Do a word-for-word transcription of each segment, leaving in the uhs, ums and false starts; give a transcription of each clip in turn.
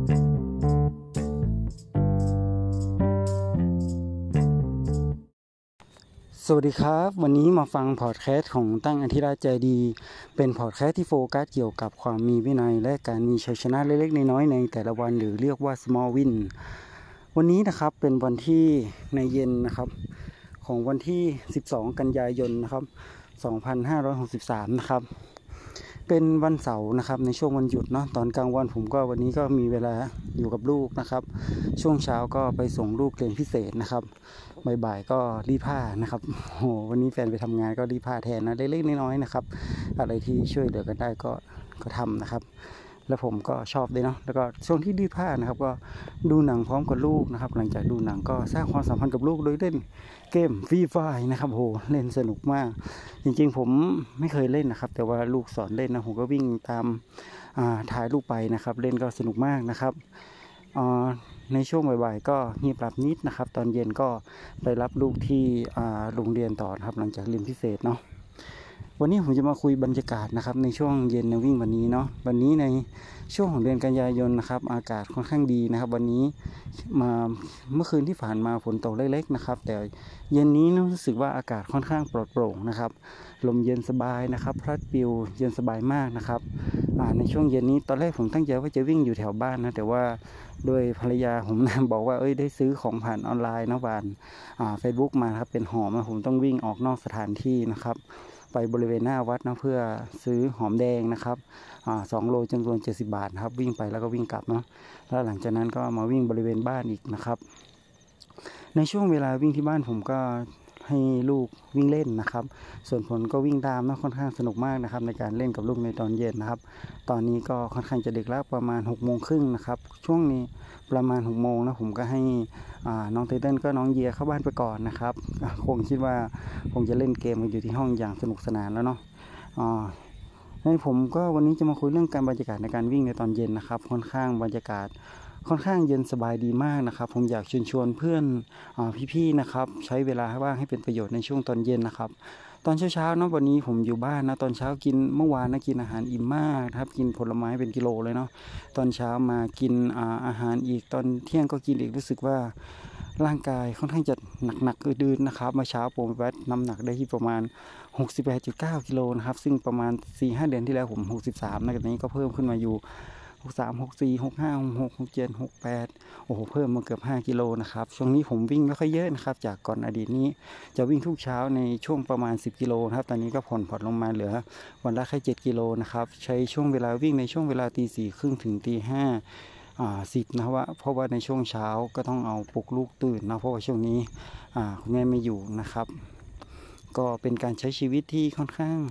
สวัสดีครับวันนี้มาฟังพอดแคสต์ของตั้งอธิราชใจดีเป็นพอดแคสต์ที่โฟกัสเกี่ยวกับความมีวินัยและการมีชัยชนะเล็กๆน้อยๆในแต่ละวันหรือเรียกว่า small win วันนี้นะครับเป็นวันที่ในเย็นนะครับของวันที่สิบสองกันยายนนะครับสองพันห้าร้อยหกสิบสามนะครับเป็นวันเสาร์นะครับในช่วงวันหยุดเนาะตอนกลางวันผมก็วันนี้ก็มีเวลาอยู่กับลูกนะครับช่วงเช้าก็ไปส่งลูกเรียนพิเศษนะครับบ่ายๆก็รีดผ้านะครับโหวันนี้แฟนไปทำงานก็รีดผ้าแทนนะเล็กๆน้อยๆนะครับอะไรที่ช่วยเหลือกันได้ก็ก็ทำนะครับแล้วผมก็ชอบด้วยเนาะแล้วก็ช่วงที่รีดผ้านะครับก็ดูหนังพร้อมกับลูกนะครับหลังจากดูหนังก็สร้างความสัมพันธ์กับลูกโดยเล่นเกมฟรีไฟร์นะครับโหเล่นสนุกมากจริงๆผมไม่เคยเล่นนะครับแต่ว่าลูกสอนเล่นนะผมก็วิ่งตามถ่ายลูกไปนะครับเล่นก็สนุกมากนะครับในช่วงบ่ายๆก็เงียบหลับนิดนะครับตอนเย็นก็ไปรับลูกที่โรงเรียนต่อครับหลังจากเรียนพิเศษเนาะวันนี้ผมจะมาคุยบรรยากาศนะครับในช่วงเย็นในวิ่งวันนี้เนาะวันนี้ในช่วงของเดือนกันยายนนะครับอากาศค่อนข้างดีนะครับวันนี้มาเมื่อคืนที่ผ่านมาฝนตกเล็กๆนะครับแต่เย็นนี้รู้สึกว่าอากาศค่อนข้างปลอดโปร่งนะครับลมเย็นสบายนะครับพัดปลิวเย็นสบายมากนะครับในช่วงเย็นนี้ตอนแรกผมตั้งใจว่าจะวิ่งอยู่แถวบ้านนะแต่ว่าโดยภรรยาผมนะบอกว่าเอ้ยได้ซื้อของผ่านออนไลน์นะผ่านเฟซบุ๊กมาครับเป็นหอมผมต้องวิ่งออกนอกสถานที่นะครับไปบริเวณหน้าวัดนะเพื่อซื้อหอมแดงนะครับสองโลจำนวนเจ็ดสิบบาทครับวิ่งไปแล้วก็วิ่งกลับเนาะแล้วหลังจากนั้นก็มาวิ่งบริเวณบ้านอีกนะครับในช่วงเวลาวิ่งที่บ้านผมก็ให้ลูกวิ่งเล่นนะครับส่วนผลก็วิ่งตามนะค่อนข้างสนุกมากนะครับในการเล่นกับลูกในตอนเย็นนะครับตอนนี้ก็ค่อนข้างจะดึกแล้วประมาณหกโมงครึ่งนะครับช่วงนี้ประมาณหกโมงนะผมก็ให้น้องไทเติ้ลก็น้องเยียเข้าบ้านไปก่อนนะครับคงคิดว่าคงจะเล่นเกมกันอยู่ที่ห้องอย่างสนุกสนานแล้วเนาะในผมก็วันนี้จะมาคุยเรื่องการบรรยากาศในการวิ่งในตอนเย็นนะครับค่อนข้างบรรยากาศค่อนข้างเย็นสบายดีมากนะครับผมอยากเชิญชวนเพื่อนพี่ๆนะครับใช้เวลาว่างให้เป็นประโยชน์ในช่วงตอนเย็นนะครับตอนเช้าๆเนาะวันนี้ผมอยู่บ้านนะตอนเช้ากินเมื่อวานนะกินอาหารอิ่มมากครับกินผลไม้เป็นกิโลเลยเนาะตอนเช้ามากินอาหารอีกตอนเที่ยงก็กินอีกรู้สึกว่าร่างกายค่อนข้างจะหนักๆดื้อๆนะครับเมื่อเช้าผมวัดน้ำหนักได้ที่ประมาณ หกสิบแปดจุดเก้า กิโลนะครับซึ่งประมาณ สี่ห้า เดือนที่แล้วผมหกสิบสามนะตอนนี้ก็เพิ่มขึ้นมาอยู่หกสิบสาม หกสิบสี่ หกสิบห้า หกสิบหก หกสิบเจ็ด หกสิบแปดโอ้โหเพิ่มมาเกือบห้ากิโลนะครับช่วงนี้ผมวิ่งไม่ค่อยเยอะนะครับจากก่อนอดีตนี้จะวิ่งทุกเช้าในช่วงประมาณสิบกิโลนะครับตอนนี้ก็ผ่อนผ่อนลงมาเหลือวันละแค่เจ็ดกิโลนะครับใช้ช่วงเวลาวิ่งในช่วงเวลาตีสี่ครึ่งถึงตีห้าอ่าสิบนะว่าเพราะว่าในช่วงเช้าก็ต้องเอาปลุกลูกตื่นนะเพราะว่าช่วงนี้อ่าคุณแม่ไม่อยู่นะครับก็เป็นการใช้ชีวิตที่ค่อนข้าง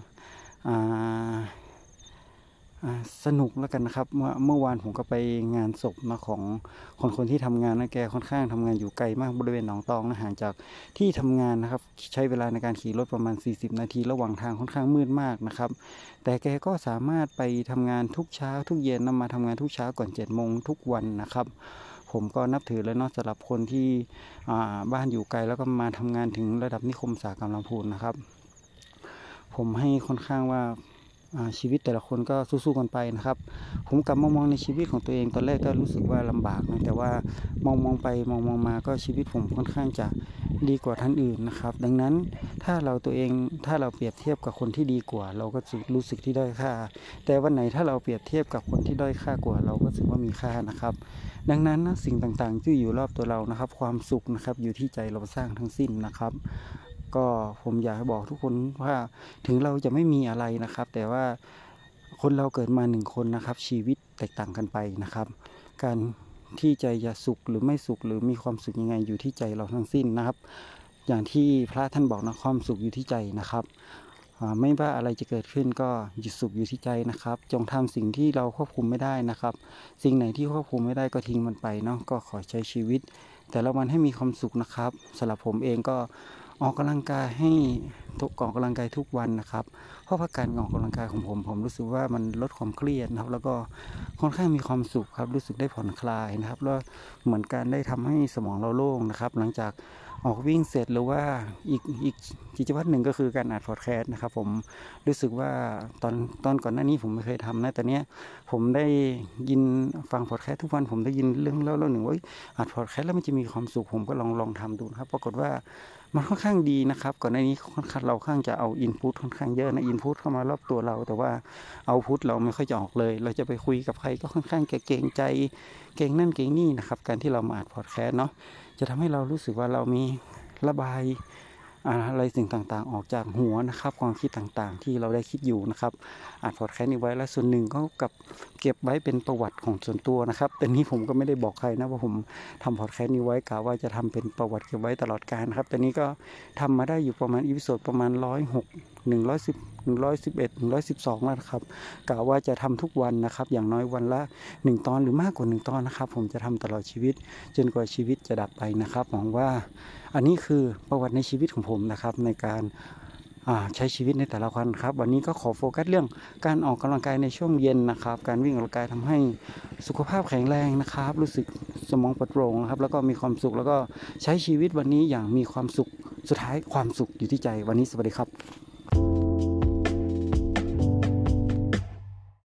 สนุกแล้วกันนะครับเมื่อเมื่อวานผมก็ไปงานศพนะของคนคนที่ทำงานนะแกค่อนข้างทำงานอยู่ไกลมากบริเวณหนองตองนะห่างจากที่ทำงานนะครับใช้เวลาในการขี่รถประมาณสี่สิบนาทีระหว่างทางค่อนข้างมืดมากนะครับแต่แกก็สามารถไปทำงานทุกเช้าทุกเย็นนำมาทำงานทุกเช้าก่อนเจ็ดโมงทุกวันนะครับผมก็นับถือแล้วเนาะสำหรับคนที่บ้านอยู่ไกลแล้วก็มาทำงานถึงระดับนิคมอุตสาหกรรมลำพูนนะครับผมให้ค่อนข้างว่าชีวิตแต่ละคนก็สู้ๆกันไปนะครับผมกลับมามองในชีวิตของตัวเองตอนแรกก็รู้สึกว่าลำบากนะแต่ว่ามองมองไปมองมองมาก็ชีวิตผมค่อนข้างจะดีกว่าท่านอื่นนะครับดังนั้นถ้าเราตัวเองถ้าเราเปรียบเทียบกับคนที่ดีกว่าเราก็รู้สึกที่ด้อยค่าแต่วันไหนถ้าเราเปรียบเทียบกับคนที่ด้อยค่ากว่าเราก็รู้สึกว่ามีค่านะครับดังนั้นนะสิ่งต่างๆที่อยู่รอบตัวเรานะครับความสุขนะครับอยู่ที่ใจเราสร้างทั้งสิ้นนะครับก็ผมอยากให้บอกทุกคนว่าถึงเราจะไม่มีอะไรนะครับแต่ว่าคนเราเกิดมาหนึ่งคนนะครับชีวิตแตกต่างกันไปนะครับการที่ใจจะสุขหรือไม่สุขหรือมีความสุขยังไงอยู่ที่ใจเราทั้งสิ้นนะครับอย่างที่พระท่านบอกนะความสุขอยู่ที่ใจนะครับไม่ว่าอะไรจะเกิดขึ้นก็อยู่สุขอยู่ที่ใจนะครับจงทำสิ่งที่เราควบคุมไม่ได้นะครับสิ่งไหนที่ควบคุมไม่ได้ก็ทิ้งมันไปเนาะก็ขอใช้ชีวิตแต่ละวันให้มีความสุขนะครับสำหรับผมเองก็ออกกำลังกายให้ออกกำลังกายทุกวันนะครับเพราะว่าการออกกำลังกายของผมผมรู้สึกว่ามันลดความเครียดนะครับแล้วก็ค่อนข้างมีความสุขครับรู้สึกได้ผ่อนคลายนะครับแล้วเหมือนการได้ทำให้สมองเราโล่งนะครับหลังจากออกวิ่งเสร็จหรือว่าอีกอีกกิจวัตรหนึ่งก็คือการอัดพอดแคสต์นะครับผมรู้สึกว่าตอนตอนก่อนหน้านี้ผมไม่เคยทำนะแต่เนี้ยผมได้ยินฟังพอดแคสต์ทุกวันผมได้ยินเรื่องเล่าเรื่องหนึ่งว่าอัดพอดแคสต์แล้วมันจะมีความสุขผมก็ลองลองทำดูนะครับปรากฏว่ามันค่อนข้างดีนะครับก่อนหน้านี้ค่อนข้างเราค่อนข้างจะเอาอินพุตค่อนข้างเยอะนะอินพุตเข้ามารอบตัวเราแต่ว่าเอาพุตเราไม่ค่อยจะออกเลยเราจะไปคุยกับใครก็ค่อนข้างเกรงใจเกรงนั่นเกรงนี่นะครับการที่เรามาอัดพอดแคสต์เนาะจะทำให้เรารู้สึกว่าเรามีระบายอะไรสิ่งต่างๆออกจากหัวนะครับความคิดต่างๆที่เราได้คิดอยู่นะครับอัดพอดแคสต์นี้ไว้แล้วส่วนหนึ่งก็กับเก็บไว้เป็นประวัติของส่วนตัวนะครับแต่นี้ผมก็ไม่ได้บอกใครนะว่าผมทำพอดแคสต์นี้ไว้กะว่าจะทำเป็นประวัติเก็บไว้ตลอดกาลครับแต่นี้ก็ทำมาได้อยู่ประมาณอีพิโซดประมาณร้อยหกหนึ่งร้อยสิบหนึ่งร้อยสิบเอ็ดหนึ่งร้อยสิบสองแล้วครับกะว่าจะทำทุกวันนะครับอย่างน้อยวันละหนึ่งตอนหรือมากกว่าหนึ่งตอนนะครับผมจะทำตลอดชีวิตจนกว่าชีวิตจะดับไปนะครับหวังว่าอันนี้คือประวัติในชีวิตของผมนะครับในการใช้ชีวิตในแต่ละวันครับวันนี้ก็ขอโฟกัสเรื่องการออกกำลังกายในช่วงเย็นนะครับการวิ่งออกกำลังกายทำให้สุขภาพแข็งแรงนะครับรู้สึกสมองปลอดโปร่งนะครับแล้วก็มีความสุขแล้วก็ใช้ชีวิตวันนี้อย่างมีความสุขสุดท้ายความสุขอยู่ที่ใจวันนี้สวัสดีครับ